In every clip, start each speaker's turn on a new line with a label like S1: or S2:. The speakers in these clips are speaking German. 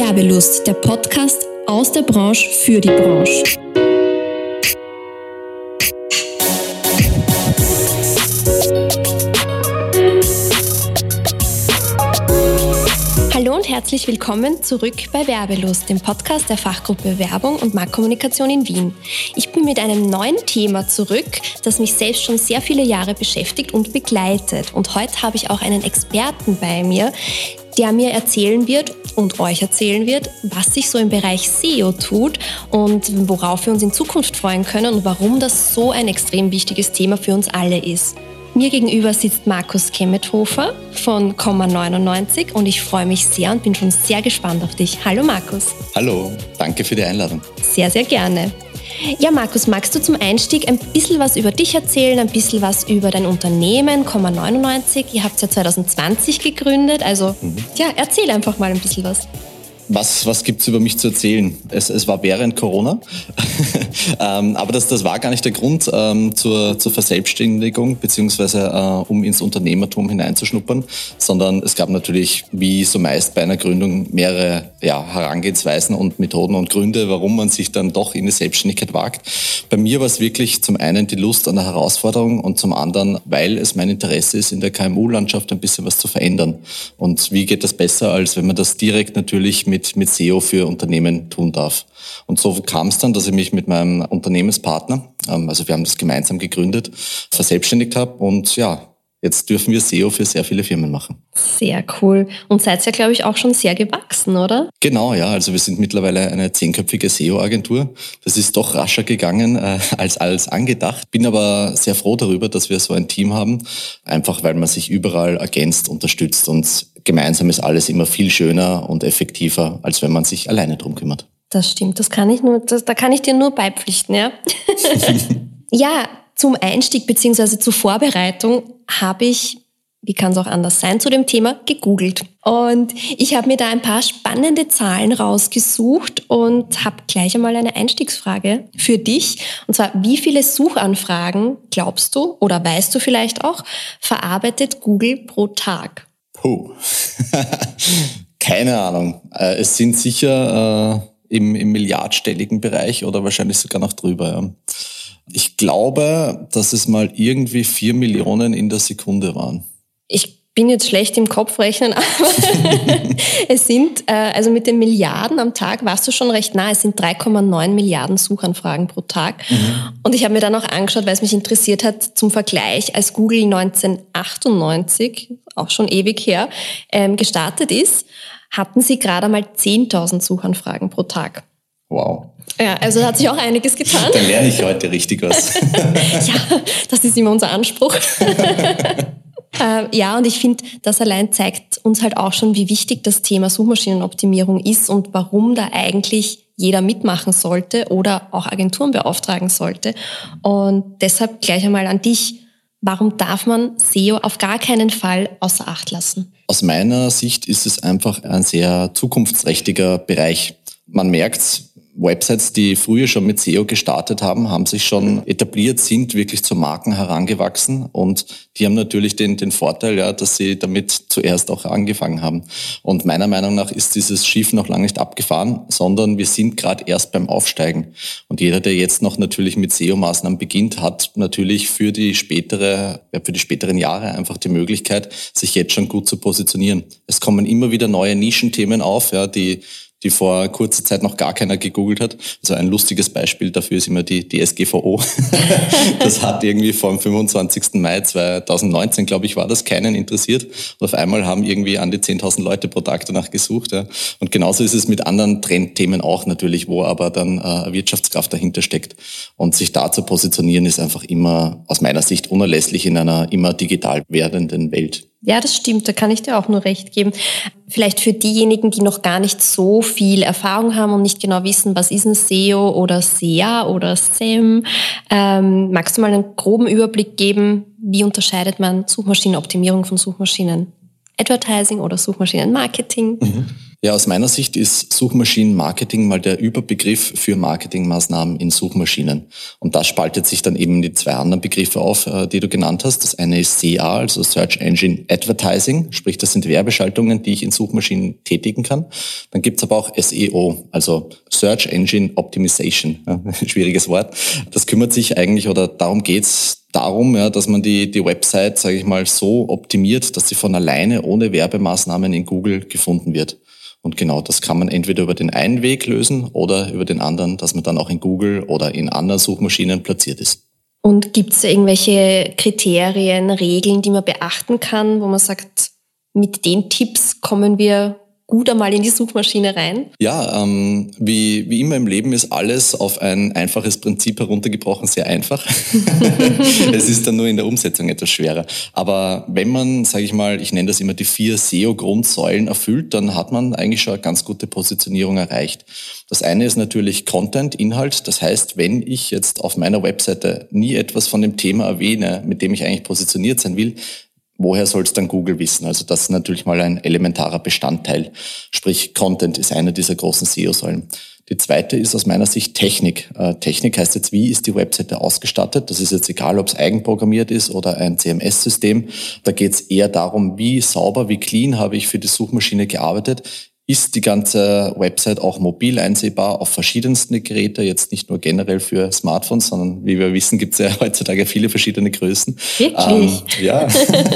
S1: Werbelust, der Podcast aus der Branche für die Branche. Hallo und herzlich willkommen zurück bei Werbelust, dem Podcast der Fachgruppe Werbung und Marktkommunikation in Wien. Ich bin mit einem neuen Thema zurück, das mich selbst schon sehr viele Jahre beschäftigt und begleitet. Und heute habe ich auch einen Experten bei mir, der mir erzählen wird und euch erzählen wird, was sich so im Bereich SEO tut und worauf wir uns in Zukunft freuen können und warum das so ein extrem wichtiges Thema für uns alle ist. Mir gegenüber sitzt Markus Kemmethofer von Komma99 und ich freue mich sehr und bin schon sehr gespannt auf dich. Hallo Markus.
S2: Hallo, danke für die Einladung.
S1: Sehr, sehr gerne. Ja, Markus, magst du zum Einstieg ein bisschen was über dich erzählen, ein bisschen was über dein Unternehmen, Komma99? Ihr habt es ja 2020 gegründet, also ja, erzähl einfach mal ein bisschen was.
S2: Was gibt's über mich zu erzählen? Es war während Corona, aber das war gar nicht der Grund zur Verselbstständigung beziehungsweise um ins Unternehmertum hineinzuschnuppern, sondern es gab natürlich, wie so meist bei einer Gründung, mehrere Herangehensweisen und Methoden und Gründe, warum man sich dann doch in die Selbstständigkeit wagt. Bei mir war es wirklich zum einen die Lust an der Herausforderung und zum anderen, weil es mein Interesse ist, in der KMU-Landschaft ein bisschen was zu verändern. Und wie geht das besser, als wenn man das direkt natürlich mit SEO für Unternehmen tun darf. Und so kam es dann, dass ich mich mit meinem Unternehmenspartner, also wir haben das gemeinsam gegründet, verselbstständigt habe und ja, jetzt dürfen wir SEO für sehr viele Firmen machen. Sehr cool. Und seid ja, glaube ich, auch schon sehr gewachsen, oder? Genau, ja. Also wir sind mittlerweile eine 10-köpfige SEO-Agentur. Das ist doch rascher gegangen als angedacht. Bin aber sehr froh darüber, dass wir so ein Team haben. Einfach, weil man sich überall ergänzt, unterstützt und gemeinsam ist alles immer viel schöner und effektiver, als wenn man sich alleine drum kümmert. Das stimmt. Da kann ich dir nur beipflichten, ja. Ja, zum Einstieg bzw. zur Vorbereitung habe ich, wie kann es auch anders sein, zu dem Thema gegoogelt. Und ich habe mir da ein paar spannende Zahlen rausgesucht und habe gleich einmal eine Einstiegsfrage für dich. Und zwar, wie viele Suchanfragen, glaubst du oder weißt du vielleicht auch, verarbeitet Google pro Tag? Keine Ahnung. Es sind sicher im milliardstelligen Bereich oder wahrscheinlich sogar noch drüber. Ja. Ich glaube, dass es mal irgendwie 4 Millionen in der Sekunde waren. Ich bin jetzt schlecht im Kopfrechnen, aber es sind, also mit den Milliarden am Tag warst du schon recht nah. Es sind 3,9 Milliarden Suchanfragen pro Tag. Und ich habe mir dann auch angeschaut, weil es mich interessiert hat, zum Vergleich, als Google 1998, auch schon ewig her, gestartet ist, hatten sie gerade einmal 10.000 Suchanfragen pro Tag. Wow. Ja, also da hat sich auch einiges getan. Dann lerne ich heute richtig was. Ja, das ist immer unser Anspruch. Ja, und ich finde, das allein zeigt uns halt auch schon, wie wichtig das Thema Suchmaschinenoptimierung ist und warum da eigentlich jeder mitmachen sollte oder auch Agenturen beauftragen sollte. Und deshalb gleich einmal an dich. Warum darf man SEO auf gar keinen Fall außer Acht lassen? Aus meiner Sicht ist es einfach ein sehr zukunftsträchtiger Bereich. Man merkt's, Websites, die früher schon mit SEO gestartet haben, haben sich schon etabliert, sind wirklich zu Marken herangewachsen und die haben natürlich den Vorteil, ja, dass sie damit zuerst auch angefangen haben. Und meiner Meinung nach ist dieses Schiff noch lange nicht abgefahren, sondern wir sind gerade erst beim Aufsteigen. Und jeder, der jetzt noch natürlich mit SEO-Maßnahmen beginnt, hat natürlich für die späteren Jahre einfach die Möglichkeit, sich jetzt schon gut zu positionieren. Es kommen immer wieder neue Nischenthemen auf, ja, die vor kurzer Zeit noch gar keiner gegoogelt hat. Also ein lustiges Beispiel dafür ist immer die DSGVO. Das hat irgendwie vom 25. Mai 2019, glaube ich, war das, keinen interessiert. Und auf einmal haben irgendwie an die 10.000 Leute pro Tag danach gesucht. Ja. Und genauso ist es mit anderen Trendthemen auch natürlich, wo aber dann eine Wirtschaftskraft dahinter steckt. Und sich da zu positionieren ist einfach immer aus meiner Sicht unerlässlich in einer immer digital werdenden Welt. Ja, das stimmt, da kann ich dir auch nur recht geben. Vielleicht für diejenigen, die noch gar nicht so viel Erfahrung haben und nicht genau wissen, was ist ein SEO oder SEA oder SEM, magst du mal einen groben Überblick geben, wie unterscheidet man Suchmaschinenoptimierung von Suchmaschinen Advertising oder Suchmaschinenmarketing?
S3: Ja, aus meiner Sicht ist Suchmaschinenmarketing mal der Überbegriff für Marketingmaßnahmen in Suchmaschinen. Und das spaltet sich dann eben in die zwei anderen Begriffe auf, die du genannt hast. Das eine ist SEA, also Search Engine Advertising, sprich das sind Werbeschaltungen, die ich in Suchmaschinen tätigen kann. Dann gibt's aber auch SEO, also Search Engine Optimization, schwieriges Wort. Das kümmert sich eigentlich, oder darum geht's, dass man die Website, sage ich mal, so optimiert, dass sie von alleine ohne Werbemaßnahmen in Google gefunden wird. Und genau, das kann man entweder über den einen Weg lösen oder über den anderen, dass man dann auch in Google oder in anderen Suchmaschinen platziert ist.
S2: Und gibt es irgendwelche Kriterien, Regeln, die man beachten kann, wo man sagt, mit den Tipps kommen wir gut einmal in die Suchmaschine rein?
S3: Ja, wie immer im Leben ist alles auf ein einfaches Prinzip heruntergebrochen sehr einfach. Es ist dann nur in der Umsetzung etwas schwerer. Aber wenn man, sage ich mal, ich nenne das immer die 4 SEO-Grundsäulen erfüllt, dann hat man eigentlich schon eine ganz gute Positionierung erreicht. Das eine ist natürlich Content, Inhalt. Das heißt, wenn ich jetzt auf meiner Webseite nie etwas von dem Thema erwähne, mit dem ich eigentlich positioniert sein will, woher soll es dann Google wissen? Also das ist natürlich mal ein elementarer Bestandteil. Sprich, Content ist einer dieser großen SEO-Säulen. Die zweite ist aus meiner Sicht Technik. Technik heißt jetzt, wie ist die Webseite ausgestattet? Das ist jetzt egal, ob es eigenprogrammiert ist oder ein CMS-System. Da geht es eher darum, wie sauber, wie clean habe ich für die Suchmaschine gearbeitet. Ist die ganze Website auch mobil einsehbar auf verschiedensten Geräten, jetzt nicht nur generell für Smartphones, sondern wie wir wissen, gibt es ja heutzutage viele verschiedene Größen.
S2: Wirklich?
S3: Ja.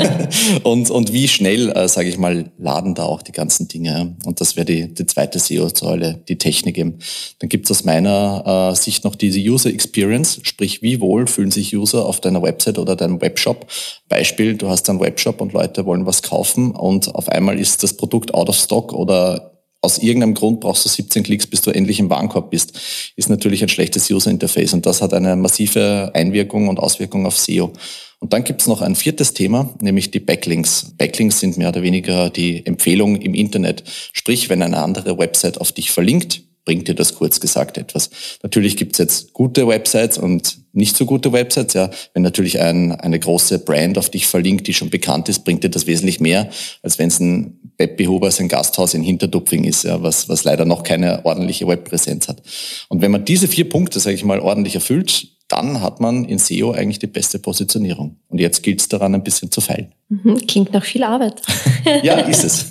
S3: und wie schnell, sage ich mal, laden da auch die ganzen Dinge. Und das wäre die zweite SEO-Säule, die Technik eben. Dann gibt es aus meiner Sicht noch diese User Experience, sprich wie wohl fühlen sich User auf deiner Website oder deinem Webshop. Beispiel, du hast einen Webshop und Leute wollen was kaufen und auf einmal ist das Produkt out of stock oder aus irgendeinem Grund brauchst du 17 Klicks, bis du endlich im Warenkorb bist, ist natürlich ein schlechtes User-Interface und das hat eine massive Einwirkung und Auswirkung auf SEO. Und dann gibt es noch ein viertes Thema, nämlich die Backlinks. Backlinks sind mehr oder weniger die Empfehlung im Internet. Sprich, wenn eine andere Website auf dich verlinkt, bringt dir das kurz gesagt etwas. Natürlich gibt es jetzt gute Websites und nicht so gute Websites. Ja, wenn natürlich eine große Brand auf dich verlinkt, die schon bekannt ist, bringt dir das wesentlich mehr, als wenn es ein Peppi Hubers ein Gasthaus in Hinterdupfing ist, ja, was leider noch keine ordentliche Webpräsenz hat. Und wenn man diese 4 Punkte, sage ich mal, ordentlich erfüllt, dann hat man in SEO eigentlich die beste Positionierung. Und jetzt gilt es daran, ein bisschen zu feilen.
S2: Klingt nach viel Arbeit.
S3: Ja, ist es.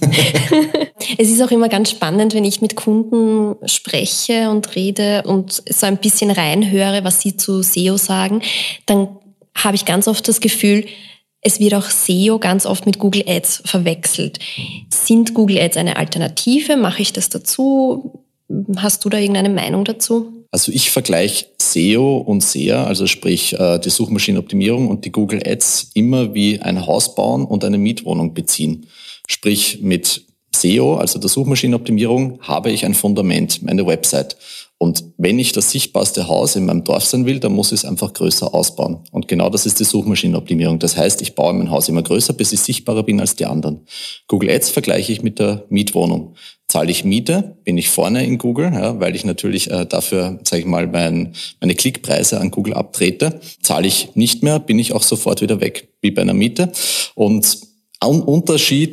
S2: Es ist auch immer ganz spannend, wenn ich mit Kunden spreche und rede und so ein bisschen reinhöre, was sie zu SEO sagen, dann habe ich ganz oft das Gefühl, es wird auch SEO ganz oft mit Google Ads verwechselt. Sind Google Ads eine Alternative? Mache ich das dazu? Hast du da irgendeine Meinung dazu?
S3: Also ich vergleiche SEO und SEA, also sprich die Suchmaschinenoptimierung und die Google Ads immer wie ein Haus bauen und eine Mietwohnung beziehen. Sprich mit SEO, also der Suchmaschinenoptimierung, habe ich ein Fundament, meine Website. Und wenn ich das sichtbarste Haus in meinem Dorf sein will, dann muss ich es einfach größer ausbauen. Und genau das ist die Suchmaschinenoptimierung. Das heißt, ich baue mein Haus immer größer, bis ich sichtbarer bin als die anderen. Google Ads vergleiche ich mit der Mietwohnung. Zahle ich Miete, bin ich vorne in Google, ja, weil ich natürlich dafür, sage ich mal, meine Klickpreise an Google abtrete. Zahle ich nicht mehr, bin ich auch sofort wieder weg, wie bei einer Miete. Und der Unterschied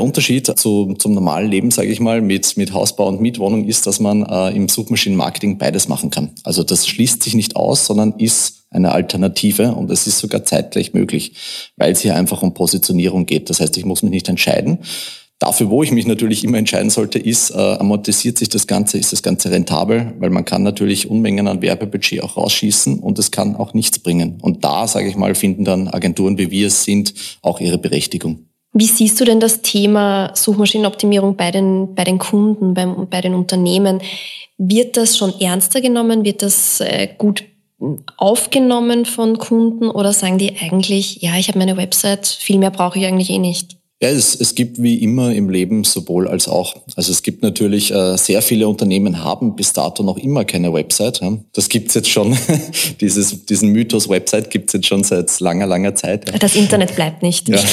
S3: zum normalen Leben, sage ich mal, mit Hausbau und Mietwohnung ist, dass man im Suchmaschinenmarketing beides machen kann. Also das schließt sich nicht aus, sondern ist eine Alternative und es ist sogar zeitgleich möglich, weil es hier einfach um Positionierung geht. Das heißt, ich muss mich nicht entscheiden. Dafür, wo ich mich natürlich immer entscheiden sollte, ist, amortisiert sich das Ganze, ist das Ganze rentabel, weil man kann natürlich Unmengen an Werbebudget auch rausschießen und es kann auch nichts bringen. Und da, sage ich mal, finden dann Agenturen, wie wir es sind, auch ihre Berechtigung.
S2: Wie siehst du denn das Thema Suchmaschinenoptimierung bei den Kunden, bei den Unternehmen? Wird das schon ernster genommen? Wird das gut aufgenommen von Kunden? Oder sagen die eigentlich, ja, ich habe meine Website, viel mehr brauche ich eigentlich eh nicht?
S3: Ja, es gibt wie immer im Leben sowohl als auch. Also es gibt natürlich, sehr viele Unternehmen haben bis dato noch immer keine Website. Ja. Das gibt's jetzt schon, diesen Mythos Website gibt's jetzt schon seit langer Zeit. Ja.
S2: Das Internet bleibt nicht. Ja.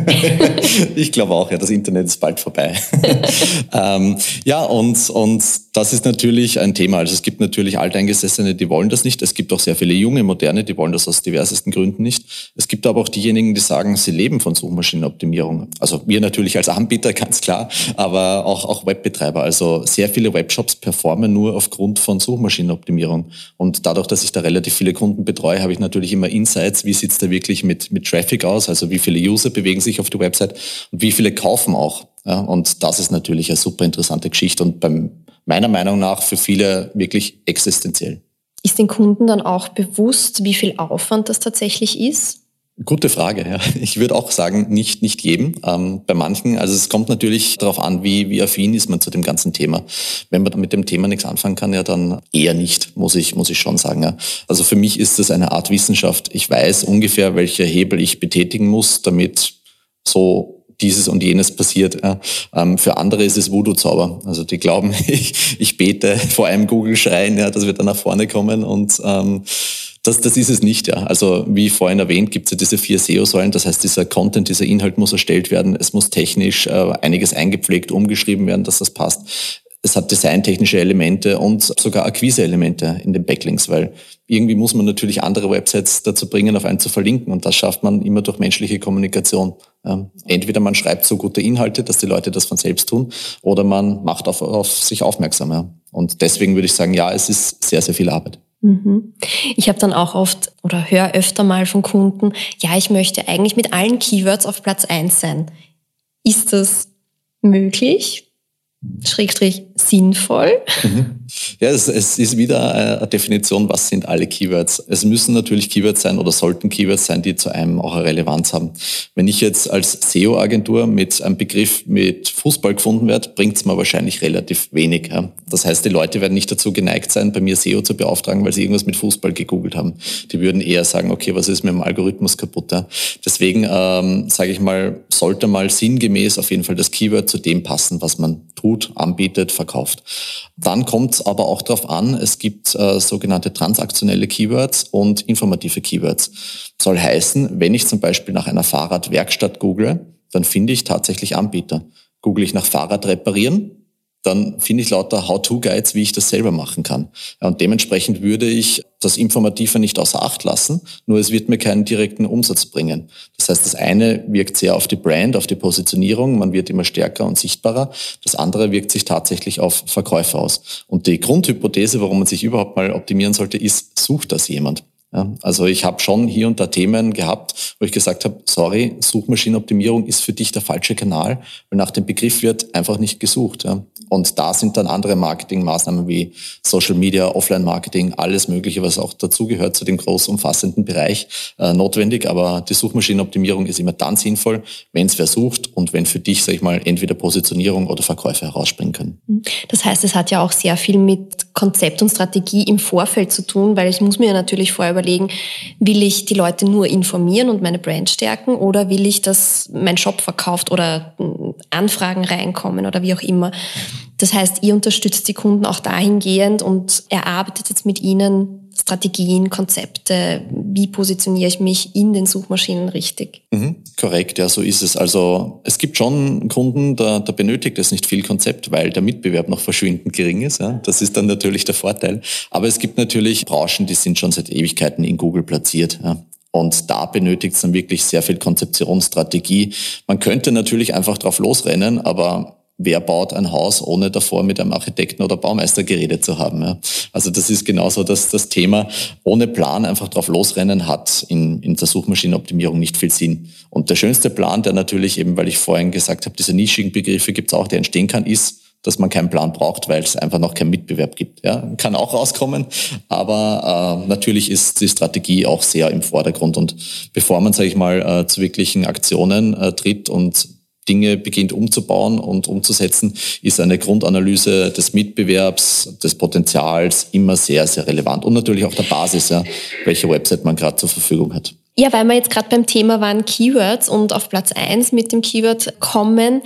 S3: Ich glaube auch, ja, das Internet ist bald vorbei. Ja, und Das ist natürlich ein Thema. Also es gibt natürlich Alteingesessene, die wollen das nicht. Es gibt auch sehr viele junge, moderne, die wollen das aus diversesten Gründen nicht. Es gibt aber auch diejenigen, die sagen, sie leben von Suchmaschinenoptimierung. Also wir natürlich als Anbieter, ganz klar, aber auch Webbetreiber. Also sehr viele Webshops performen nur aufgrund von Suchmaschinenoptimierung. Und dadurch, dass ich da relativ viele Kunden betreue, habe ich natürlich immer Insights, wie sieht's da wirklich mit Traffic aus, also wie viele User bewegen sich auf die Website und wie viele kaufen auch. Ja, und das ist natürlich eine super interessante Geschichte und meiner Meinung nach für viele wirklich existenziell.
S2: Ist den Kunden dann auch bewusst, wie viel Aufwand das tatsächlich ist?
S3: Gute Frage, ja. Ich würde auch sagen, nicht jedem. Bei manchen, also es kommt natürlich darauf an, wie affin ist man zu dem ganzen Thema. Wenn man mit dem Thema nichts anfangen kann, ja, dann eher nicht, muss ich schon sagen. Ja. Also für mich ist das eine Art Wissenschaft. Ich weiß ungefähr, welche Hebel ich betätigen muss, damit so dieses und jenes passiert. Ja. Für andere ist es Voodoo-Zauber. Also die glauben, ich bete vor einem Google-Schrein, ja, dass wir dann nach vorne kommen und das ist es nicht. Ja. Also wie vorhin erwähnt, gibt es ja diese 4 SEO-Säulen. Das heißt, dieser Content, dieser Inhalt muss erstellt werden. Es muss technisch einiges eingepflegt, umgeschrieben werden, dass das passt. Es hat designtechnische Elemente und sogar Akquise-Elemente in den Backlinks, weil irgendwie muss man natürlich andere Websites dazu bringen, auf einen zu verlinken und das schafft man immer durch menschliche Kommunikation. Entweder man schreibt so gute Inhalte, dass die Leute das von selbst tun, oder man macht auf sich aufmerksam. Ja. Und deswegen würde ich sagen, ja, es ist sehr, sehr viel Arbeit.
S2: Ich habe dann auch oft oder höre öfter mal von Kunden, ja, ich möchte eigentlich mit allen Keywords auf Platz 1 sein. Ist das möglich? Schrägstrich sinnvoll?
S3: Ja, es ist wieder eine Definition, was sind alle Keywords. Es müssen natürlich Keywords sein oder sollten Keywords sein, die zu einem auch eine Relevanz haben. Wenn ich jetzt als SEO-Agentur mit einem Begriff mit Fußball gefunden werde, bringt es mir wahrscheinlich relativ wenig. Ja. Das heißt, die Leute werden nicht dazu geneigt sein, bei mir SEO zu beauftragen, weil sie irgendwas mit Fußball gegoogelt haben. Die würden eher sagen, okay, was ist mit dem Algorithmus kaputt? Ja. Deswegen, sage ich mal, sollte mal sinngemäß auf jeden Fall das Keyword zu dem passen, was man tut, anbietet, verkauft. Dann kommt es aber auch darauf an, es gibt sogenannte transaktionelle Keywords und informative Keywords. Soll heißen, wenn ich zum Beispiel nach einer Fahrradwerkstatt google, dann finde ich tatsächlich Anbieter. Google ich nach Fahrrad reparieren, dann finde ich lauter How-to-Guides, wie ich das selber machen kann. Ja, und dementsprechend würde ich das Informative nicht außer Acht lassen, nur es wird mir keinen direkten Umsatz bringen. Das heißt, das eine wirkt sehr auf die Brand, auf die Positionierung, man wird immer stärker und sichtbarer. Das andere wirkt sich tatsächlich auf Verkäufe aus. Und die Grundhypothese, warum man sich überhaupt mal optimieren sollte, ist, sucht das jemand? Ja, also ich habe schon hier und da Themen gehabt, wo ich gesagt habe, sorry, Suchmaschinenoptimierung ist für dich der falsche Kanal, weil nach dem Begriff wird einfach nicht gesucht. Ja. Und da sind dann andere Marketingmaßnahmen wie Social Media, Offline-Marketing, alles Mögliche, was auch dazugehört zu dem groß umfassenden Bereich, notwendig. Aber die Suchmaschinenoptimierung ist immer dann sinnvoll, wenn es wer sucht und wenn für dich, sag ich mal, entweder Positionierung oder Verkäufe herausspringen können.
S2: Das heißt, es hat ja auch sehr viel mit Konzept und Strategie im Vorfeld zu tun, weil ich muss mir ja natürlich vorher überlegen, will ich die Leute nur informieren und meine Brand stärken oder will ich, dass mein Shop verkauft oder Anfragen reinkommen oder wie auch immer. Das heißt, ihr unterstützt die Kunden auch dahingehend und erarbeitet jetzt mit ihnen Strategien, Konzepte, wie positioniere ich mich in den Suchmaschinen richtig?
S3: Korrekt, ja, so ist es. Also es gibt schon Kunden, da benötigt es nicht viel Konzept, weil der Mitbewerb noch verschwindend gering ist. Ja. Das ist dann natürlich der Vorteil. Aber es gibt natürlich Branchen, die sind schon seit Ewigkeiten in Google platziert. Ja. Und da benötigt es dann wirklich sehr viel Konzeptionsstrategie. Man könnte natürlich einfach drauf losrennen, aber wer baut ein Haus, ohne davor mit einem Architekten oder Baumeister geredet zu haben? Ja? Also das ist genauso das Thema. Ohne Plan einfach drauf losrennen hat in der Suchmaschinenoptimierung nicht viel Sinn. Und der schönste Plan, der natürlich eben, weil ich vorhin gesagt habe, diese nischigen Begriffe gibt es auch, der entstehen kann, ist, dass man keinen Plan braucht, weil es einfach noch keinen Mitbewerb gibt. Ja, kann auch rauskommen, aber natürlich ist die Strategie auch sehr im Vordergrund. Und bevor man, sage ich mal, zu wirklichen Aktionen tritt und Dinge beginnt umzubauen und umzusetzen, ist eine Grundanalyse des Mitbewerbs, des Potenzials immer sehr, sehr relevant. Und natürlich auch der Basis, ja, welche Website man gerade zur Verfügung hat.
S2: Ja, weil wir jetzt gerade beim Thema waren Keywords und auf Platz 1 mit dem Keyword kommen,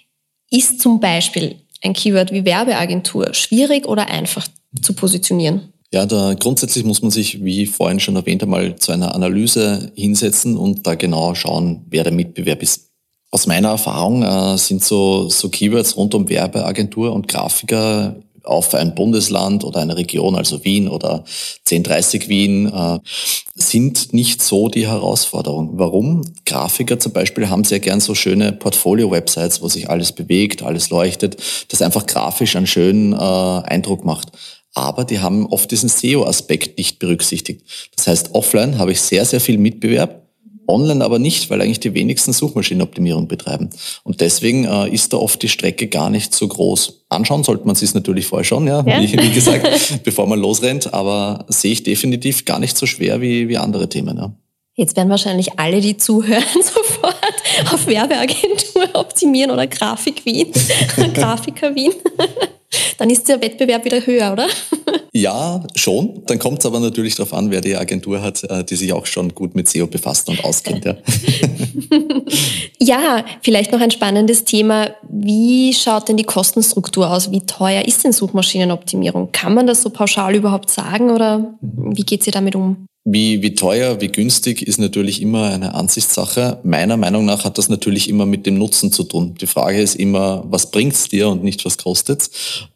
S2: ist zum Beispiel ein Keyword wie Werbeagentur schwierig oder einfach zu positionieren?
S3: Ja, grundsätzlich muss man sich, wie vorhin schon erwähnt, einmal zu einer Analyse hinsetzen und da genau schauen, wer der Mitbewerb ist. Aus meiner Erfahrung sind so Keywords rund um Werbeagentur und Grafiker auf ein Bundesland oder eine Region, also Wien oder 1030 Wien, sind nicht so die Herausforderung. Warum? Grafiker zum Beispiel haben sehr gern so schöne Portfolio-Websites, wo sich alles bewegt, alles leuchtet, das einfach grafisch einen schönen Eindruck macht. Aber die haben oft diesen SEO-Aspekt nicht berücksichtigt. Das heißt, offline habe ich sehr, sehr viel Mitbewerb, online aber nicht, weil eigentlich die wenigsten Suchmaschinenoptimierung betreiben. Und deswegen ist da oft die Strecke gar nicht so groß. Anschauen sollte man sich natürlich vorher schon, ja. Wie gesagt, bevor man losrennt. Aber sehe ich definitiv gar nicht so schwer wie andere Themen. Ja.
S2: Jetzt werden wahrscheinlich alle, die zuhören, sofort auf Werbeagentur optimieren oder Grafik Wien, Grafiker Wien. Dann ist der Wettbewerb wieder höher, oder?
S3: Ja, schon. Dann kommt es aber natürlich darauf an, wer die Agentur hat, die sich auch schon gut mit SEO befasst und auskennt. Ja.
S2: Ja, vielleicht noch ein spannendes Thema. Wie schaut denn die Kostenstruktur aus? Wie teuer ist denn Suchmaschinenoptimierung? Kann man das so pauschal überhaupt sagen oder wie geht sie damit um?
S3: Wie teuer, wie günstig ist natürlich immer eine Ansichtssache. Meiner Meinung nach hat das natürlich immer mit dem Nutzen zu tun. Die Frage ist immer, was bringt's dir und nicht, was kostet's?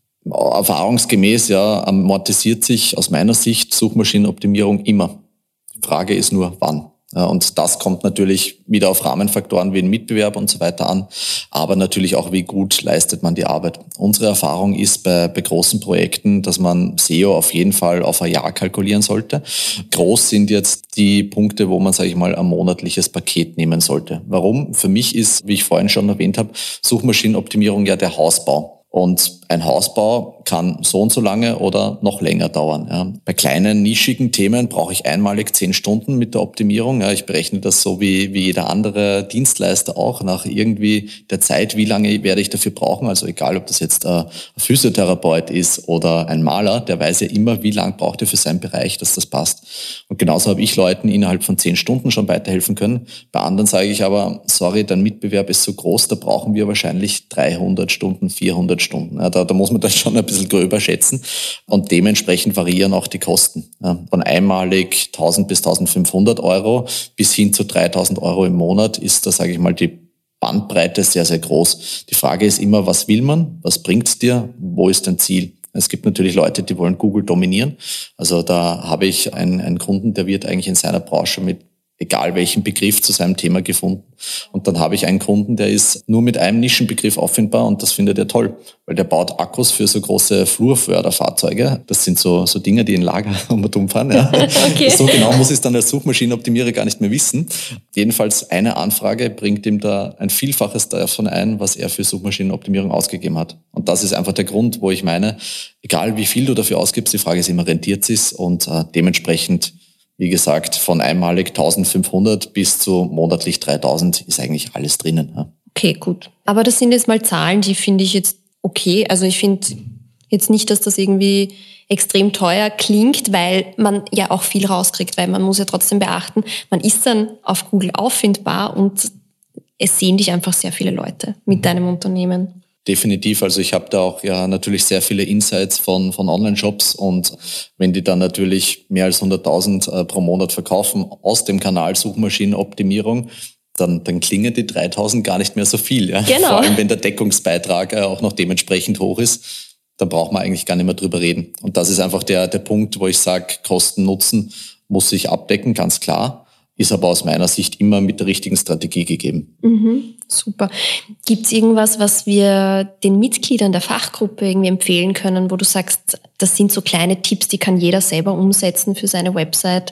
S3: Erfahrungsgemäß amortisiert sich aus meiner Sicht Suchmaschinenoptimierung immer. Die Frage ist nur, wann. Und das kommt natürlich wieder auf Rahmenfaktoren wie den Mitbewerb und so weiter an, aber natürlich auch, wie gut leistet man die Arbeit. Unsere Erfahrung ist bei großen Projekten, dass man SEO auf jeden Fall auf ein Jahr kalkulieren sollte. Groß sind jetzt die Punkte, wo man, sage ich mal, ein monatliches Paket nehmen sollte. Warum? Für mich ist, wie ich vorhin schon erwähnt habe, Suchmaschinenoptimierung ja der Hausbau. Und ein Hausbau kann so und so lange oder noch länger dauern. Ja. Bei kleinen, nischigen Themen brauche ich einmalig 10 Stunden mit der Optimierung. Ja, ich berechne das so wie jeder andere Dienstleister auch nach irgendwie der Zeit, wie lange werde ich dafür brauchen. Also egal, ob das jetzt ein Physiotherapeut ist oder ein Maler, der weiß ja immer, wie lange braucht er für seinen Bereich, dass das passt. Und genauso habe ich Leuten innerhalb von 10 Stunden schon weiterhelfen können. Bei anderen sage ich aber, sorry, dein Mitbewerb ist so groß, da brauchen wir wahrscheinlich 300 Stunden, 400 Stunden. Ja, da muss man dann schon ein bisschen gröber schätzen und dementsprechend variieren auch die Kosten. Ja, von einmalig 1000 bis 1500 Euro bis hin zu 3000 Euro im Monat ist da, sage ich mal, die Bandbreite sehr, sehr groß. Die Frage ist immer, was will man? Was bringt's dir? Wo ist dein Ziel? Es gibt natürlich Leute, die wollen Google dominieren. Also da habe ich einen Kunden, der wird eigentlich in seiner Branche mit egal welchen Begriff zu seinem Thema gefunden. Und dann habe ich einen Kunden, der ist nur mit einem Nischenbegriff auffindbar und das findet er toll, weil der baut Akkus für so große Flurförderfahrzeuge. Das sind so Dinge, die in Lager umfahren. Ja. Okay. So genau muss ich es dann als Suchmaschinenoptimierer gar nicht mehr wissen. Jedenfalls eine Anfrage bringt ihm da ein Vielfaches davon ein, was er für Suchmaschinenoptimierung ausgegeben hat. Und das ist einfach der Grund, wo ich meine, egal wie viel du dafür ausgibst, die Frage ist immer, rentiert es sich und dementsprechend wie gesagt, von einmalig 1500 bis zu monatlich 3000 ist eigentlich alles drinnen. Ja.
S2: Okay, gut. Aber das sind jetzt mal Zahlen, die finde ich jetzt okay. Also ich finde jetzt nicht, dass das irgendwie extrem teuer klingt, weil man ja auch viel rauskriegt, weil man muss ja trotzdem beachten, man ist dann auf Google auffindbar und es sehen dich einfach sehr viele Leute mit deinem Unternehmen.
S3: Definitiv. Also ich habe da auch ja natürlich sehr viele Insights von Online-Shops und wenn die dann natürlich mehr als 100.000 pro Monat verkaufen aus dem Kanal Suchmaschinenoptimierung, dann klingen die 3.000 gar nicht mehr so viel. Ja? Genau. Vor allem, wenn der Deckungsbeitrag auch noch dementsprechend hoch ist, dann braucht man eigentlich gar nicht mehr drüber reden. Und das ist einfach der Punkt, wo ich sage, Kosten-Nutzen muss sich abdecken, ganz klar. Ist aber aus meiner Sicht immer mit der richtigen Strategie gegeben.
S2: Mhm, super. Gibt es irgendwas, was wir den Mitgliedern der Fachgruppe irgendwie empfehlen können, wo du sagst, das sind so kleine Tipps, die kann jeder selber umsetzen für seine Website?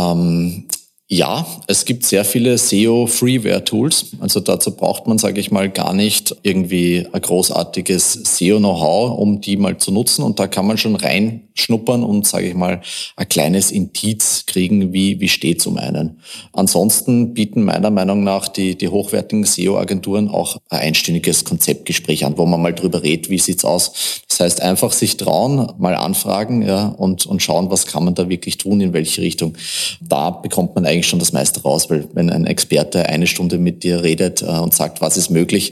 S3: Ja, es gibt sehr viele SEO-Freeware-Tools. Also dazu braucht man, sage ich mal, gar nicht irgendwie ein großartiges SEO-Know-how, um die mal zu nutzen. Und da kann man schon reinschnuppern und, sage ich mal, ein kleines Indiz kriegen, wie steht's um einen. Ansonsten bieten meiner Meinung nach die hochwertigen SEO-Agenturen auch ein einstündiges Konzeptgespräch an, wo man mal drüber redet, wie sieht's aus. Das heißt, einfach sich trauen, mal anfragen, ja, und schauen, was kann man da wirklich tun, in welche Richtung. Da bekommt man eigentlich schon das meiste raus, weil wenn ein Experte 1 Stunde mit dir redet und sagt, was ist möglich,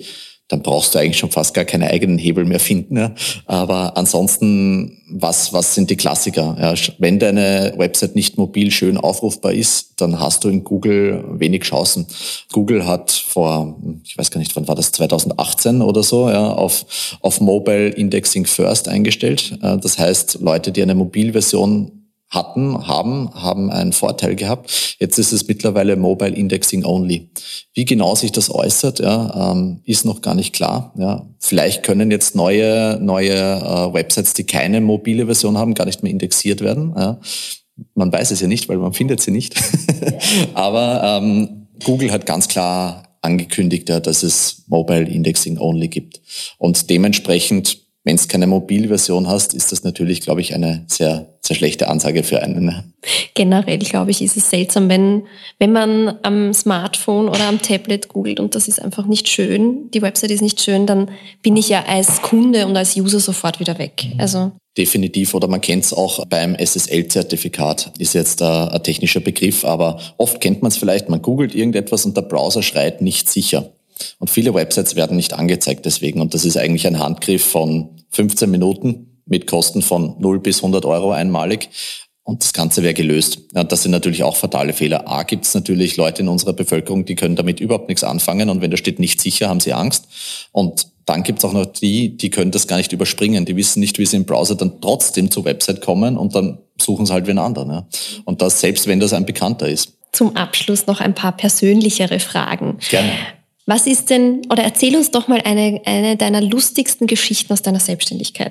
S3: dann brauchst du eigentlich schon fast gar keine eigenen Hebel mehr finden. Ja. Aber ansonsten, was sind die Klassiker? Ja, wenn deine Website nicht mobil schön aufrufbar ist, dann hast du in Google wenig Chancen. Google hat vor, ich weiß gar nicht, wann war das, 2018 oder so, ja, auf Mobile Indexing First eingestellt. Das heißt, Leute, die eine Mobilversion haben einen Vorteil gehabt. Jetzt ist es mittlerweile Mobile Indexing Only. Wie genau sich das äußert, ist noch gar nicht klar. Ja. Vielleicht können jetzt neue Websites, die keine mobile Version haben, gar nicht mehr indexiert werden. Ja. Man weiß es ja nicht, weil man findet sie nicht. Aber Google hat ganz klar angekündigt, dass es Mobile Indexing Only gibt. Und dementsprechend, wenn es keine Mobilversion hast, ist das natürlich, glaube ich, eine sehr, sehr schlechte Ansage für einen.
S2: Generell, glaube ich, ist es seltsam, wenn man am Smartphone oder am Tablet googelt und das ist einfach nicht schön, die Website ist nicht schön, dann bin ich ja als Kunde und als User sofort wieder weg. Also
S3: definitiv, oder man kennt es auch beim SSL-Zertifikat, ist jetzt ein technischer Begriff, aber oft kennt man es vielleicht, man googelt irgendetwas und der Browser schreit nicht sicher. Und viele Websites werden nicht angezeigt deswegen. Und das ist eigentlich ein Handgriff von 15 Minuten mit Kosten von 0 bis 100 Euro einmalig. Und das Ganze wäre gelöst. Ja, das sind natürlich auch fatale Fehler. A, gibt es natürlich Leute in unserer Bevölkerung, die können damit überhaupt nichts anfangen. Und wenn da steht nicht sicher, haben sie Angst. Und dann gibt es auch noch die können das gar nicht überspringen. Die wissen nicht, wie sie im Browser dann trotzdem zur Website kommen und dann suchen sie halt wen anderen. Ja. Und das selbst, wenn das ein Bekannter ist.
S2: Zum Abschluss noch ein paar persönlichere Fragen.
S3: Gerne.
S2: Was ist denn, oder erzähl uns doch mal eine deiner lustigsten Geschichten aus deiner Selbstständigkeit.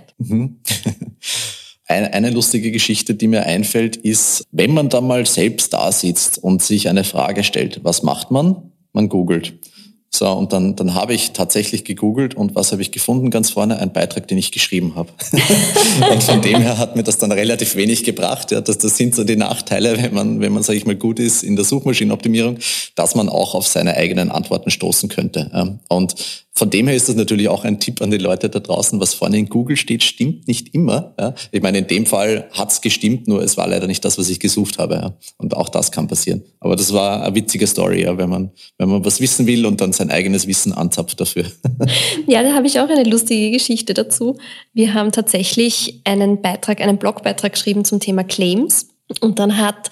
S3: Eine lustige Geschichte, die mir einfällt, ist, wenn man da mal selbst da sitzt und sich eine Frage stellt, was macht man? Man googelt. So, und dann habe ich tatsächlich gegoogelt und was habe ich gefunden? Ganz vorne ein Beitrag, den ich geschrieben habe. Und von dem her hat mir das dann relativ wenig gebracht. Ja, das sind so die Nachteile, wenn man, sage ich mal, gut ist in der Suchmaschinenoptimierung, dass man auch auf seine eigenen Antworten stoßen könnte. Und von dem her ist das natürlich auch ein Tipp an die Leute da draußen, was vorne in Google steht, stimmt nicht immer. Ja. Ich meine, in dem Fall hat's gestimmt, nur es war leider nicht das, was ich gesucht habe. Ja. Und auch das kann passieren. Aber das war eine witzige Story, ja, wenn man was wissen will und dann sein eigenes Wissen anzapft dafür.
S2: Ja, da habe ich auch eine lustige Geschichte dazu. Wir haben tatsächlich einen Blogbeitrag geschrieben zum Thema Claims. Und dann hat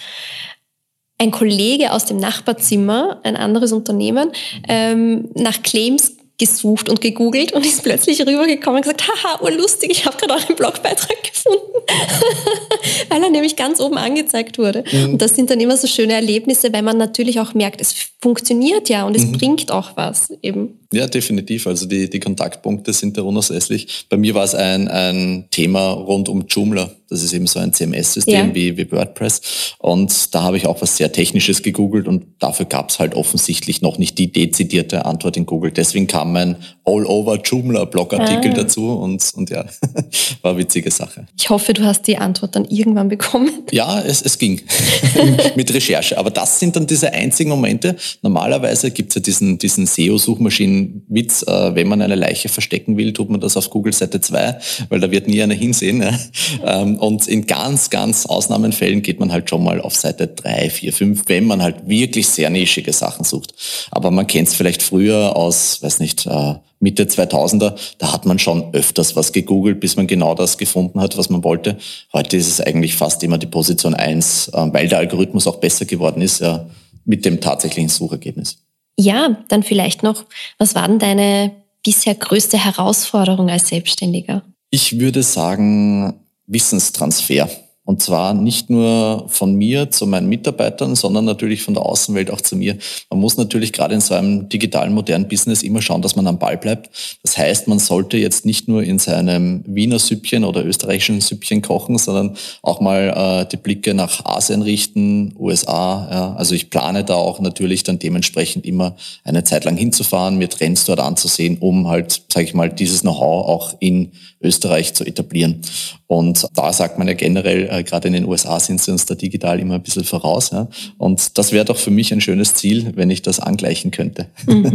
S2: ein Kollege aus dem Nachbarzimmer, ein anderes Unternehmen, nach Claims gesucht und gegoogelt und ist plötzlich rübergekommen und gesagt, haha, urlustig, ich habe gerade euren Blogbeitrag gefunden. Weil er nämlich ganz oben angezeigt wurde. Und das sind dann immer so schöne Erlebnisse, weil man natürlich auch merkt, es funktioniert ja und es bringt auch was eben.
S3: Ja, definitiv. Also die Kontaktpunkte sind da unerlässlich. Bei mir war es ein Thema rund um Joomla. Das ist eben so ein CMS-System wie WordPress. Und da habe ich auch was sehr Technisches gegoogelt und dafür gab es halt offensichtlich noch nicht die dezidierte Antwort in Google. Deswegen kam mein All-Over-Joomla-Blogartikel dazu und ja, war eine witzige Sache.
S2: Ich hoffe, du hast die Antwort dann irgendwann bekommen.
S3: Ja, es ging mit Recherche. Aber das sind dann diese einzigen Momente. Normalerweise gibt es ja diesen SEO-Suchmaschinen-Witz, wenn man eine Leiche verstecken will, tut man das auf Google Seite 2, weil da wird nie einer hinsehen. Ja. Und in ganz, ganz Ausnahmenfällen geht man halt schon mal auf Seite 3, 4, 5, wenn man halt wirklich sehr nischige Sachen sucht. Aber man kennt es vielleicht früher aus, weiß nicht, Mitte 2000er, da hat man schon öfters was gegoogelt, bis man genau das gefunden hat, was man wollte. Heute ist es eigentlich fast immer die Position 1, weil der Algorithmus auch besser geworden ist, ja, mit dem tatsächlichen Suchergebnis.
S2: Ja, dann vielleicht noch, was war denn deine bisher größte Herausforderung als Selbstständiger?
S3: Ich würde sagen, Wissenstransfer. Und zwar nicht nur von mir zu meinen Mitarbeitern, sondern natürlich von der Außenwelt auch zu mir. Man muss natürlich gerade in so einem digitalen, modernen Business immer schauen, dass man am Ball bleibt. Das heißt, man sollte jetzt nicht nur in seinem Wiener Süppchen oder österreichischen Süppchen kochen, sondern auch mal die Blicke nach Asien richten, USA. Ja. Also ich plane da auch natürlich dann dementsprechend immer eine Zeit lang hinzufahren, mir Trends dort anzusehen, um halt, sage ich mal, dieses Know-how auch in Österreich zu etablieren. Und da sagt man ja generell, gerade in den USA sind sie uns da digital immer ein bisschen voraus. Ja? Und das wäre doch für mich ein schönes Ziel, wenn ich das angleichen könnte.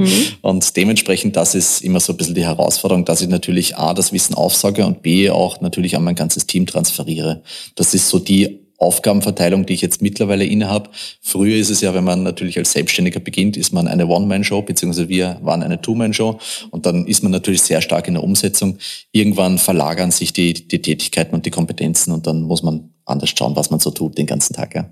S3: Und dementsprechend, das ist immer so ein bisschen die Herausforderung, dass ich natürlich A, das Wissen aufsauge und B, auch natürlich an mein ganzes Team transferiere. Das ist so die Aufgabenverteilung, die ich jetzt mittlerweile innehabe. Früher ist es ja, wenn man natürlich als Selbstständiger beginnt, ist man eine One-Man-Show, beziehungsweise wir waren eine Two-Man-Show und dann ist man natürlich sehr stark in der Umsetzung. Irgendwann verlagern sich die Tätigkeiten und die Kompetenzen und dann muss man anders schauen, was man so tut den ganzen Tag. Ja.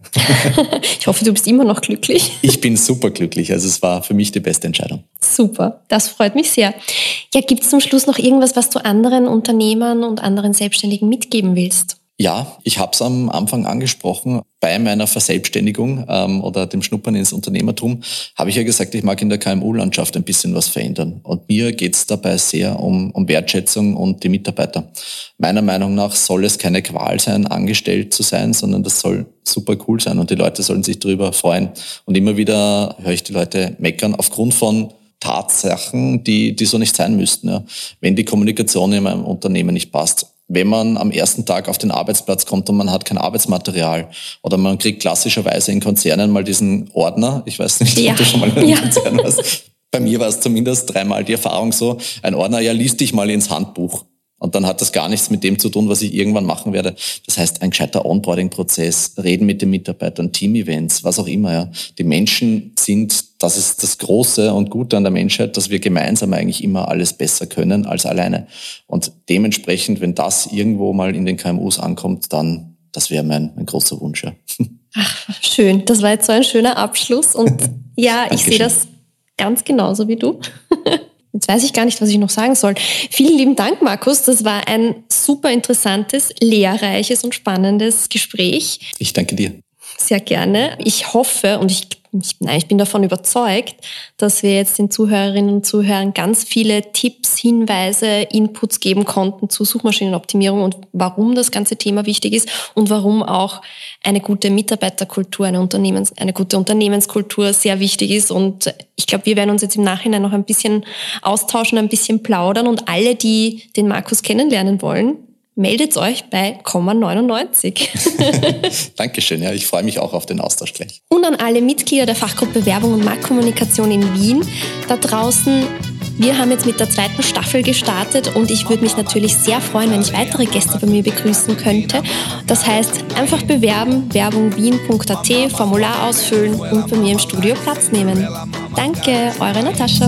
S2: Ich hoffe, du bist immer noch glücklich.
S3: Ich bin super glücklich. Also es war für mich die beste Entscheidung.
S2: Super, das freut mich sehr. Ja, gibt es zum Schluss noch irgendwas, was du anderen Unternehmern und anderen Selbstständigen mitgeben willst?
S3: Ja, ich habe es am Anfang angesprochen. Bei meiner Verselbstständigung oder dem Schnuppern ins Unternehmertum habe ich ja gesagt, ich mag in der KMU-Landschaft ein bisschen was verändern. Und mir geht es dabei sehr um Wertschätzung und die Mitarbeiter. Meiner Meinung nach soll es keine Qual sein, angestellt zu sein, sondern das soll super cool sein und die Leute sollen sich darüber freuen. Und immer wieder höre ich die Leute meckern aufgrund von Tatsachen, die so nicht sein müssten. Ja. Wenn die Kommunikation in meinem Unternehmen nicht passt, wenn man am ersten Tag auf den Arbeitsplatz kommt und man hat kein Arbeitsmaterial oder man kriegt klassischerweise in Konzernen mal diesen Ordner, ich weiß nicht, ob du schon mal in einem Konzern warst. Bei mir war es zumindest 3-mal die Erfahrung so, ein Ordner, ja, lies dich mal ins Handbuch. Und dann hat das gar nichts mit dem zu tun, was ich irgendwann machen werde. Das heißt, ein gescheiter Onboarding-Prozess, reden mit den Mitarbeitern, Team-Events, was auch immer. Ja. Die Menschen sind, das ist das Große und Gute an der Menschheit, dass wir gemeinsam eigentlich immer alles besser können als alleine. Und dementsprechend, wenn das irgendwo mal in den KMUs ankommt, dann, das wäre mein großer Wunsch. Ja.
S2: Ach, schön. Das war jetzt so ein schöner Abschluss. Und ja, ich sehe das ganz genauso wie du. Jetzt weiß ich gar nicht, was ich noch sagen soll. Vielen lieben Dank, Markus. Das war ein super interessantes, lehrreiches und spannendes Gespräch.
S3: Ich danke dir.
S2: Sehr gerne. Ich hoffe und ich bin davon überzeugt, dass wir jetzt den Zuhörerinnen und Zuhörern ganz viele Tipps, Hinweise, Inputs geben konnten zu Suchmaschinenoptimierung und warum das ganze Thema wichtig ist und warum auch eine gute Mitarbeiterkultur, eine gute Unternehmenskultur sehr wichtig ist. Und ich glaube, wir werden uns jetzt im Nachhinein noch ein bisschen austauschen, ein bisschen plaudern und alle, die den Markus kennenlernen wollen, meldet euch bei Komma99.
S3: Dankeschön, ja, ich freue mich auch auf den Austausch gleich.
S2: Und an alle Mitglieder der Fachgruppe Werbung und Marktkommunikation in Wien da draußen. Wir haben jetzt mit der 2. Staffel gestartet und ich würde mich natürlich sehr freuen, wenn ich weitere Gäste bei mir begrüßen könnte. Das heißt, einfach bewerben, werbungwien.at, Formular ausfüllen und bei mir im Studio Platz nehmen. Danke, eure Natascha.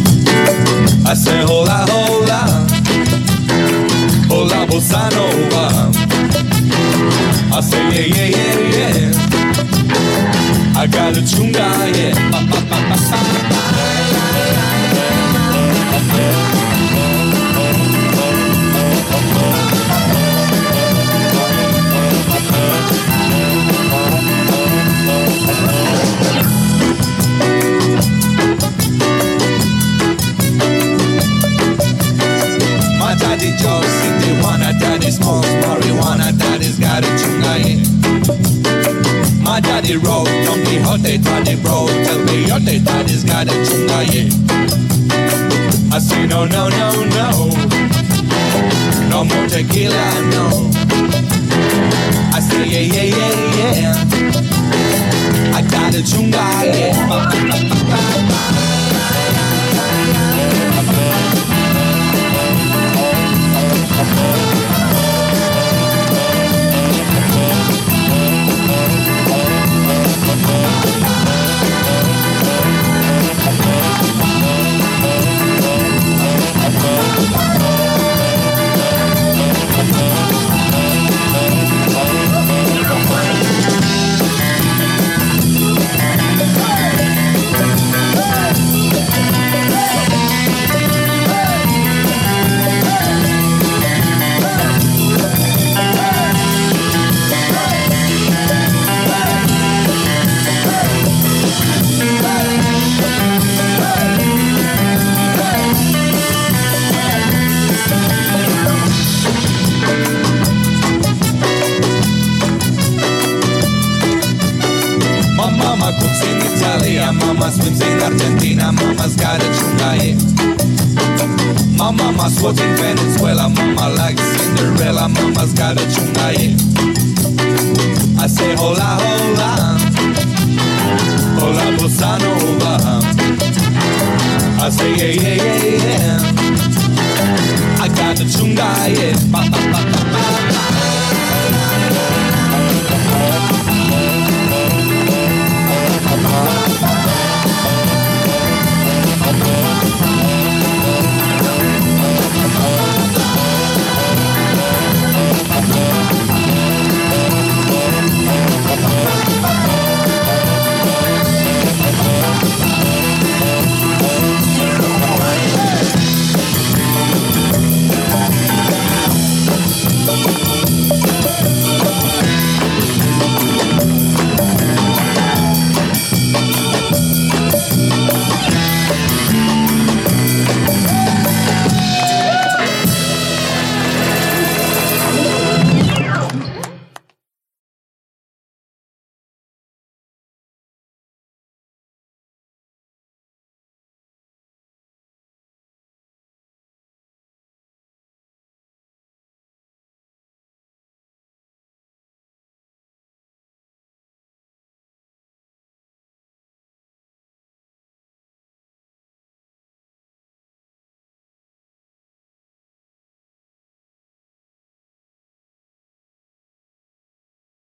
S4: Hola, bossa nova. I say yeah, yeah, yeah, yeah. I got a chunga, yeah. My daddy Joe, daddy smokes marijuana, daddy's got a chunga, yeah. My daddy rode Don Quixote, daddy bro, tell me your daddy's got a chunga, yeah. I say no, no, no, no, no more tequila, no. I say yeah, yeah, yeah, yeah. I got a chunga, yeah. Mama swims in Argentina, mama's got a chunga, yeah. My mama swims in Venezuela, mama likes Cinderella, mama's got a chunga, yeah. I say hola, hola, hola, bossa nova. I say yeah, yeah, yeah, yeah. I got a chunga, yeah.